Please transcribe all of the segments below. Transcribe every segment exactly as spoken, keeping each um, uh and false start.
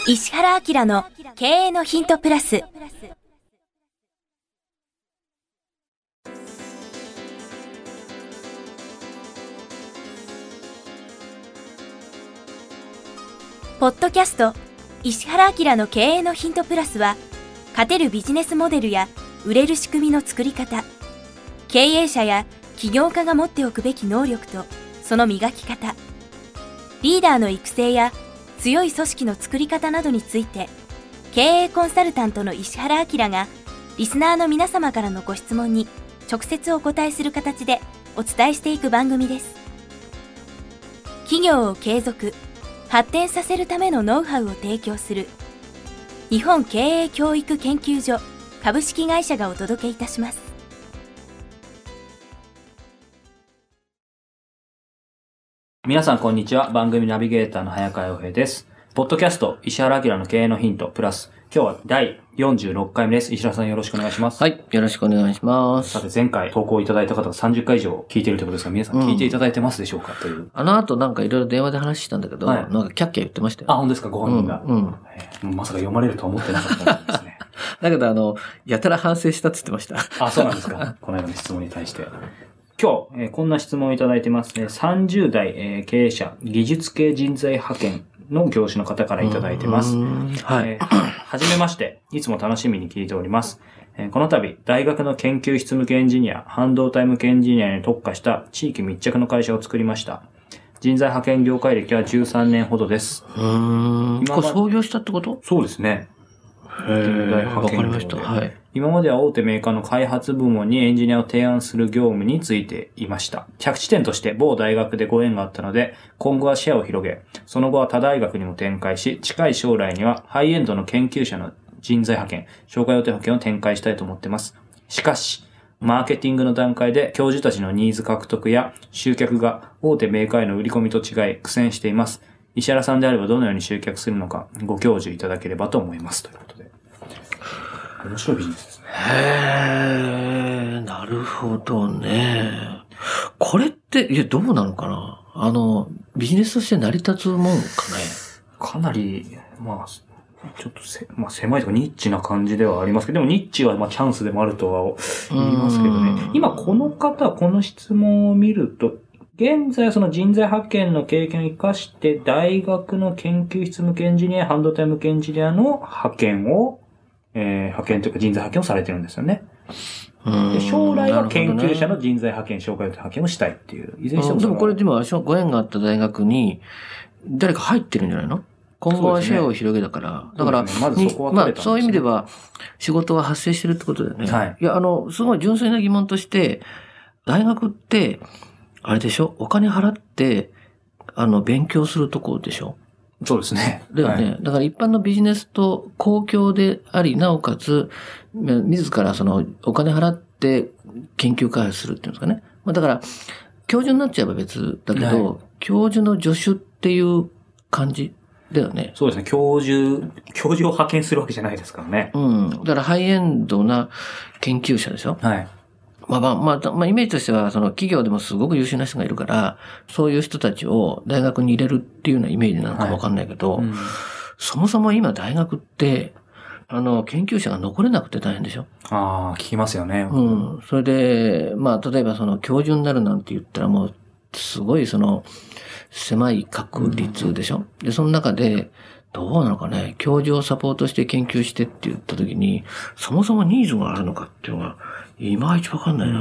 石原明の経営のヒントプラス。ポッドキャスト石原明の経営のヒントプラスは、勝てるビジネスモデルや売れる仕組みの作り方、経営者や起業家が持っておくべき能力とその磨き方、リーダーの育成や強い組織の作り方などについて、経営コンサルタントの石原明がリスナーの皆様からのご質問に直接お答えする形でお伝えしていく番組です。企業を継続発展させるためのノウハウを提供する日本経営教育研究所株式会社がお届けいたします。 皆さんこんにちは。番組ナビゲーターの早川洋平です。ポッドキャスト石原明の経営のヒントプラス、今日はだいよんじゅうろっかいめです。石原さんよろしくお願いします。 はい、よろしくお願いします。 さて前回投稿いただいた方がさんじゅっかい以上聞いているということですが、皆さん聞いていただいてますでしょうか、うん、という。 あの後なんかいろいろ電話で話したんだけど、はい、なんかキャッキャ言ってましたよ。 あ、本当ですか、ご本人が。 うん。うん、 えー、まさか読まれるとは思ってなかったんですね。 だけどあの、やたら反省したって言ってました。 あ、そうなんですか。この間の質問に対して。今日、えー、こんな質問をいただいてますね。さんじゅう代、えー、経営者、技術系人材派遣の業種の方からいただいてます。 はい。 えー、はじめまして。いつも楽しみに聞いております。えー、この度、大学の研究室向けエンジニア、半導体向けエンジニアに特化した地域密着の会社を作りました。人材派遣業界歴はじゅうさんねんほどです。 うーん。これ創業したってこと？ そうですね。 人材派遣業で。わかりました。はい。 今までは大手メーカーの開発部門にエンジニアを提案する業務についていました。着地点として某大学でご縁があったので、今後はシェアを広げ、その後は他大学にも展開し、近い将来にはハイエンドの研究者の人材派遣、紹介予定派遣を展開したいと思っています。しかし、マーケティングの段階で教授たちのニーズ獲得や集客が大手メーカーへの売り込みと違い苦戦しています。石原さんであればどのように集客するのかご教授いただければと思います。ということで。面白いビジネスですね。 へー、なるほどね。これって、いや、どうなのかな？あの、ビジネスとして成り立つもんかね。 かなり、まあ、ちょっとせ、まあ、狭いとかニッチな感じではありますけど、でもニッチはまあチャンスでもあるとは言いますけどね。今この方、この質問を見ると、現在その人材派遣の経験を生かして大学の研究室向けエンジニア、半導体向けエンジニアの派遣をえー、派遣というか人材派遣をされてるんですよね。で将来は研究者の人材派遣、紹介派遣をしたいっていう。いずれにしても。 でもこれでもご縁があった大学に誰か入ってるんじゃないの？今後はシェアを広げたから。だから、 ね、まずそこは取れたんですね。 まあそういう意味では仕事は発生してるってことだよね。 はい。 いや、あの、すごい純粋な疑問として、大学って、あれでしょ？お金払って、あの、勉強するとこでしょ？ そうですね。 だよね、はい。だから一般のビジネスと公共であり、なおかつ、自らそのお金払って研究開発するっていうんですかね。まあだから、教授になっちゃえば別だけど、はい、教授の助手っていう感じだよね。 そうですね。教授、教授を派遣するわけじゃないですからね。 うん。だからハイエンドな研究者でしょ。 はい。 まあまあ、まあ、まあ、イメージとしては、その企業でもすごく優秀な人がいるから、そういう人たちを大学に入れるっていうようなイメージなのかわかんないけど、はいうん、そもそも今大学って、あの、研究者が残れなくて大変でしょ？ ああ、聞きますよね。 うん。それで、まあ、例えばその教授になるなんて言ったらもう、すごいその、狭い確率でしょ？で、その中で、どうなのかね、教授をサポートして研究してって言った時に、そもそもニーズがあるのかっていうのが、いまいちわかんないな、うん、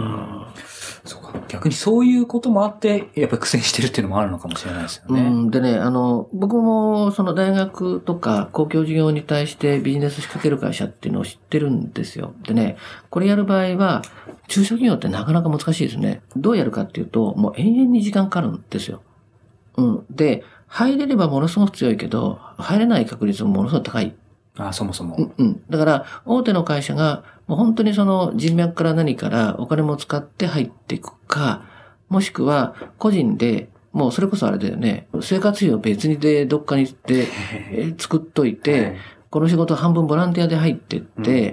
そうか。逆にそういうこともあって、やっぱり苦戦してるっていうのもあるのかもしれないですよね。 うん、でね、あの、僕もその大学とか公共事業に対してビジネス仕掛ける会社っていうのを知ってるんですよ。でね、これやる場合は、中小企業ってなかなか難しいですね。どうやるかっていうと、もう延々に時間かかるんですよ。うん。で、入れればものすごく強いけど、入れない確率もものすごく高い。 ああ、そもそも。 うん、うん。だから、大手の会社が、もう本当にその人脈から何からお金も使って入っていくか、もしくは個人で、もうそれこそあれだよね、生活費を別にでどっかに行って作っといて、はい、この仕事半分ボランティアで入ってって、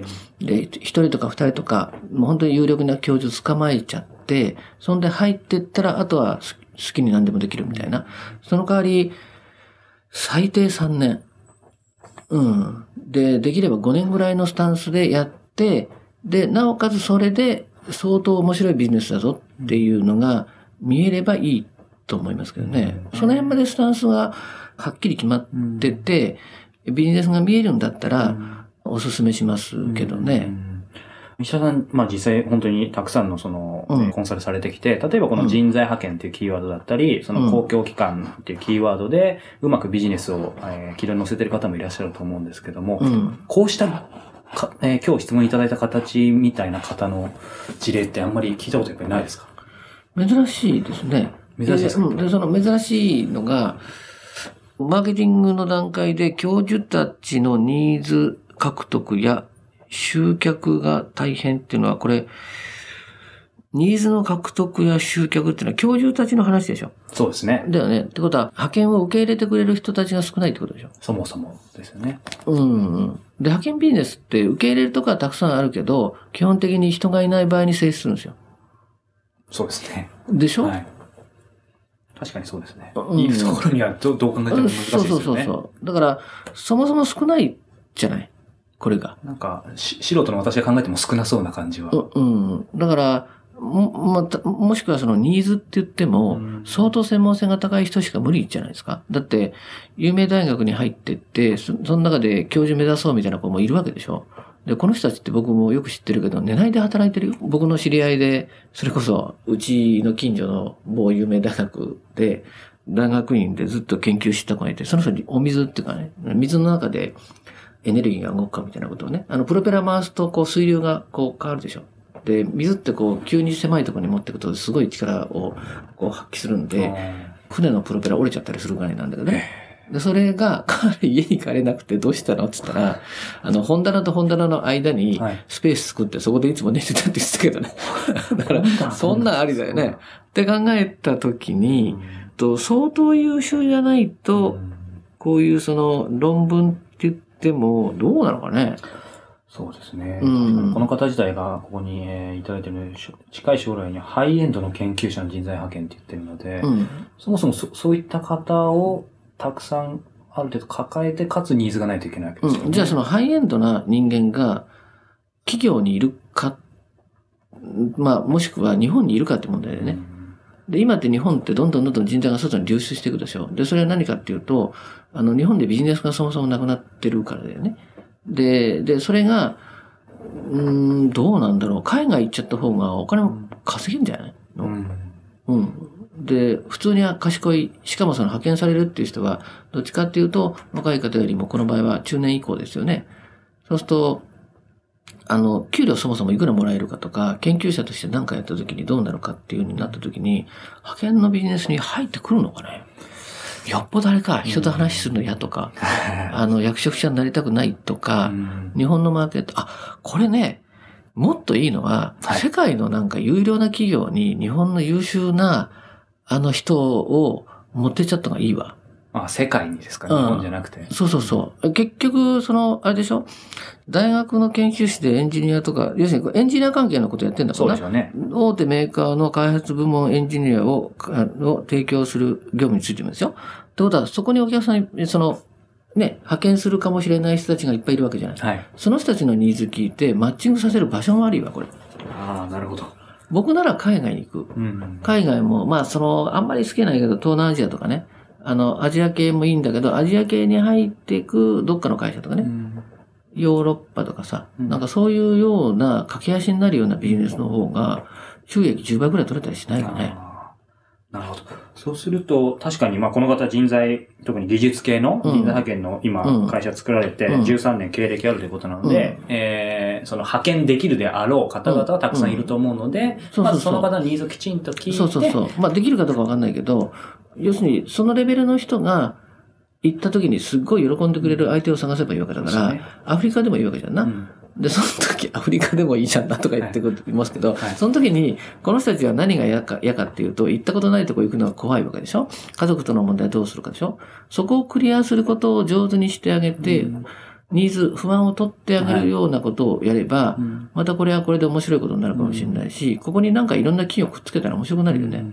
うん、で、一人とか二人とか、もう本当に有力な教授捕まえちゃって、そんで入ってったら、あとは好きに何でもできるみたいな。その代わり、最低さんねん。 うん。で、できればごねんぐらいのスタンスでやって、で、なおかつそれで相当面白いビジネスだぞっていうのが見えればいいと思いますけどね。その辺までスタンスがはっきり決まってて、ビジネスが見えるんだったらお勧めしますけどね。 石田さん、まあ実際本当にたくさんのその、 うんコンサルされてきて、例えばこの人材派遣っていうキーワードだったり、その公共機関っていうキーワードで、うまくビジネスを、えー、軌道に乗せてる方もいらっしゃると思うんですけども、 うん、 こうしたか、えー、今日質問いただいた形みたいな方の事例ってあんまり聞いたことやっぱりないですか？ 珍しいですね。 珍しいですか？ で、その珍しいのが、マーケティングの段階で教授たちのニーズ獲得や集客が大変っていうのは、これ、ニーズの獲得や集客っていうのは教授たちの話でしょ。 そうですね。 だよね。ってことは、派遣を受け入れてくれる人たちが少ないってことでしょ。 そもそもですよね。 うん。で、派遣ビジネスって受け入れるとこはたくさんあるけど、基本的に人がいない場合に成立するんですよ。 そうですね。 でしょ？ はい。確かにそうですね。 うん、 いるところにはどどう考えても難しいですよね。 そうそうそうそう。だから、そもそも少ないじゃない。これが。 なんか、し素人の私が考えても少なそうな感じは。 うん。うん、だから、も、また、もしくはそのニーズって言っても、相当専門性が高い人しか無理じゃないですか。だって、有名大学に入ってって、そ, その中で教授目指そうみたいな子もいるわけでしょ。で、この人たちって僕もよく知ってるけど、寝ないで働いてるよ。僕の知り合いで、それこそ、うちの近所の某有名大学で、大学院でずっと研究してた子がいて、その人にお水っていうかね、水の中でエネルギーが動くかみたいなことをね、あの、プロペラ回すと、こう、水流がこう変わるでしょ。で、水ってこう、急に狭いところに持っていくと、すごい力をこう発揮するんで、船のプロペラ折れちゃったりするぐらいなんだけどね。で、それが、彼家に帰れなくてどうしたのって言ったら、あの、本棚と本棚の間にスペース作って、そこでいつも寝てたって言ってたけどね。だから、そんなんありだよね。って考えたときに、と相当優秀じゃないと、こういうその論文って言っても、どうなのかね。 そうですね。 うん、 この方自体がここに、えー、いただいているので、近い将来にハイエンドの研究者の人材派遣って言ってるので、うん、そもそも そ, そういった方をたくさんある程度抱えて、かつニーズがないといけないわけですよね。 うん、じゃあそのハイエンドな人間が企業にいるか、まあもしくは日本にいるかって問題でね。うん、で、今って日本ってどんどんどんどん人材が外に流出していくでしょ。で、それは何かっていうと、あの日本でビジネスがそもそもなくなってるからだよね。で、で、それが、うーん、どうなんだろう。海外行っちゃった方がお金も稼げんじゃないの、うん、うん。で、普通には賢い、しかもその派遣されるっていう人は、どっちかっていうと、若い方よりもこの場合は中年以降ですよね。そうすると、あの、給料そもそもいくらもらえるかとか、研究者として何かやった時にどうなるかっていう風になった時に、派遣のビジネスに入ってくるのかね。よっぽどあれか、人と話するの嫌とか、うん、あの、役職者になりたくないとか、うん、日本のマーケット、あ、これね、もっといいのは、はい、世界のなんか有料な企業に日本の優秀な、あの人を持ってっちゃった方がいいわ。 あ、世界にですか、日本じゃなくて。 そうそうそう。結局、その、あれでしょ、大学の研究室でエンジニアとか、要するにエンジニア関係のことやってんだからな。 そうですよね。 大手メーカーの開発部門エンジニアを、を提供する業務についてるんですよ。ってことは、そこにお客さんに、その、ね、派遣するかもしれない人たちがいっぱいいるわけじゃない。はい。その人たちのニーズ聞いて、マッチングさせる場所も悪いわ、これ。 ああ、なるほど。 僕なら海外に行く。うんうん、海外も、まあ、その、あんまり好きないけど、東南アジアとかね。あの、アジア系もいいんだけど、アジア系に入っていくどっかの会社とかね。うん、ヨーロッパとかさ、うん、なんかそういうような駆け足になるようなビジネスの方が、収益じゅうばいくらい取れたりしないかね。 なるほど。そうすると、確かに、まあ、この方人材、特に技術系の人材派遣の今、うん、会社作られて、じゅうさんねん経歴あるということなので、うん、えー、その派遣できるであろう方々はたくさんいると思うので、まずその方のニーズをきちんと聞いて。 そうそうそう。まあ、できるかどうかわかんないけど、要するに、そのレベルの人が、行った時にすっごい喜んでくれる相手を探せばいいわけだから、ね、アフリカでもいいわけじゃんな。うん、で、その時、アフリカでもいいじゃんなとか言ってくいますけど、はいはい、その時に、この人たちは何が嫌か、嫌かっていうと、行ったことないとこ行くのは怖いわけでしょ。家族との問題どうするかでしょ。そこをクリアすることを上手にしてあげて、うん、ニーズ、不安を取ってあげるようなことをやれば、はいうん、またこれはこれで面白いことになるかもしれないし、ここになんかいろんな企業をくっつけたら面白くなるよね。うん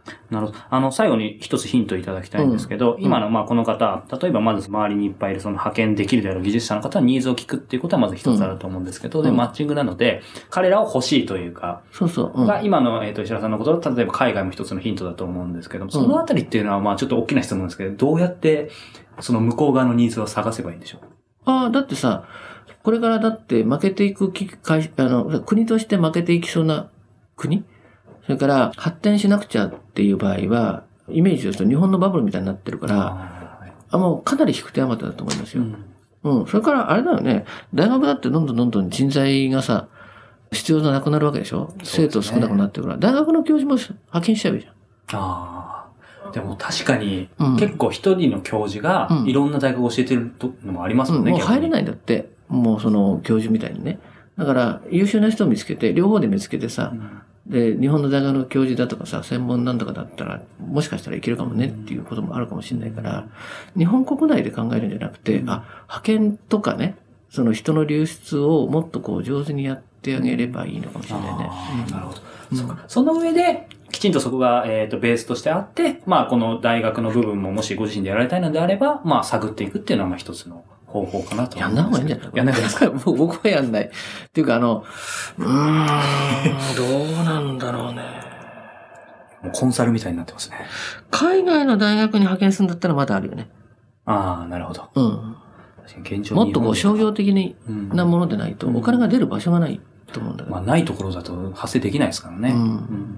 なるほど。あの、最後に一つヒントいただきたいんですけど、 うん、 今の、まあ、この方、例えばまず周りにいっぱいいるその派遣できるである技術者の方のニーズを聞くっていうことはまず一つあると思うんですけど、うん、で、マッチングなので、彼らを欲しいというか、 そうそう。うん、 が今の、えっと、石原さんのことだと、例えば海外も一つのヒントだと思うんですけども、そのあたりっていうのは、まあ、ちょっと大きな質問ですけど、どうやって、その向こう側のニーズを探せばいいんでしょう？ ああ、だってさ、これからだって負けていく会、あの、国として負けていきそうな国？それから発展しなくちゃっていう場合は、イメージすると日本のバブルみたいになってるから、あ、はい、あもうかなり引く手あまただと思いますよ。うん。うん。それからあれだよね、大学だってどんどんどんどん人材がさ、必要じゃなくなるわけでしょ？生徒少なくなってるから、大学の教授も派遣しちゃえばいいじゃん。 ああ。でも確かに、うん、結構一人の教授がいろんな大学を教えてるのもありますもんね、 うん、もう入れないんだって。もうその教授みたいにね。だから優秀な人を見つけて、両方で見つけてさ、うんで、日本の大学の教授だとかさ、専門なんとかだったら、もしかしたらいけるかもねっていうこともあるかもしれないから、日本国内で考えるんじゃなくて、あ、派遣とかね、その人の流出をもっとこう上手にやってあげればいいのかもしれないね。 うん、なるほど。うん、そうか。その上で、きちんとそこが、えっと、ベースとしてあって、まあ、この大学の部分ももしご自身でやられたいのであれば、まあ、探っていくっていうのは、まあ、一つの方法かなと思います。 やんない方がいいんじゃないやんない方がいいですか？ もう僕はやんない。っていうか、あの、うーん、どうなんだろうね。 もうコンサルみたいになってますね。 海外の大学に派遣するんだったらまだあるよね。 ああ、なるほど。 うん。 確かに現状もっとこう商業的なものでないと、お金が出る場所がないと思うんだけど。 まあ、ないところだと発生できないですからね。 うん。 うん、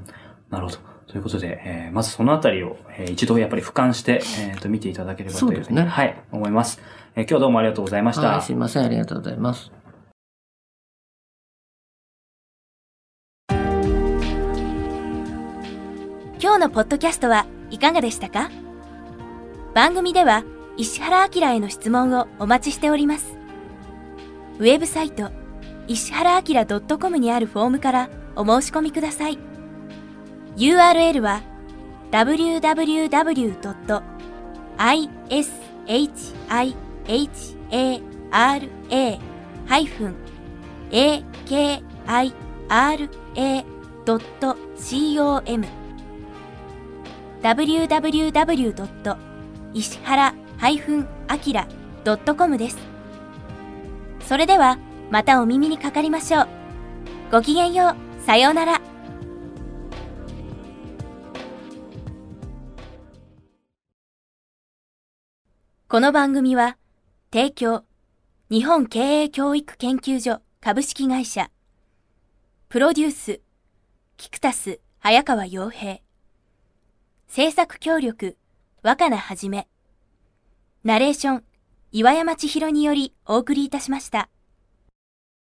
なるほど。ということで、えー、まずそのあたりを、えー、一度やっぱり俯瞰して、えー、と見ていただければというふうに、そうですね、はい、思います。えー、今日どうもありがとうございました。 はい、すいません。ありがとうございます。 今日のポッドキャストはいかがでしたか？番組では石原明への質問をお待ちしております。ウェブサイト石原明 .com にあるフォームからお申し込みください。ユーアールエル は ダブリューダブリューダブリュードットアイエスエイチアイエイチエーアールエー ハイフン エーケーアイアールエー ドット コム ダブリューダブリューダブリュードット石原 アキラ ドットコム です。それではまたお耳にかかりましょう。ごきげんよう。さようなら。この番組は提供日本経営教育研究所株式会社プロデュースキクタス早川洋平制作協力若菜はじめナレーション岩山千尋によりお送りいたしました。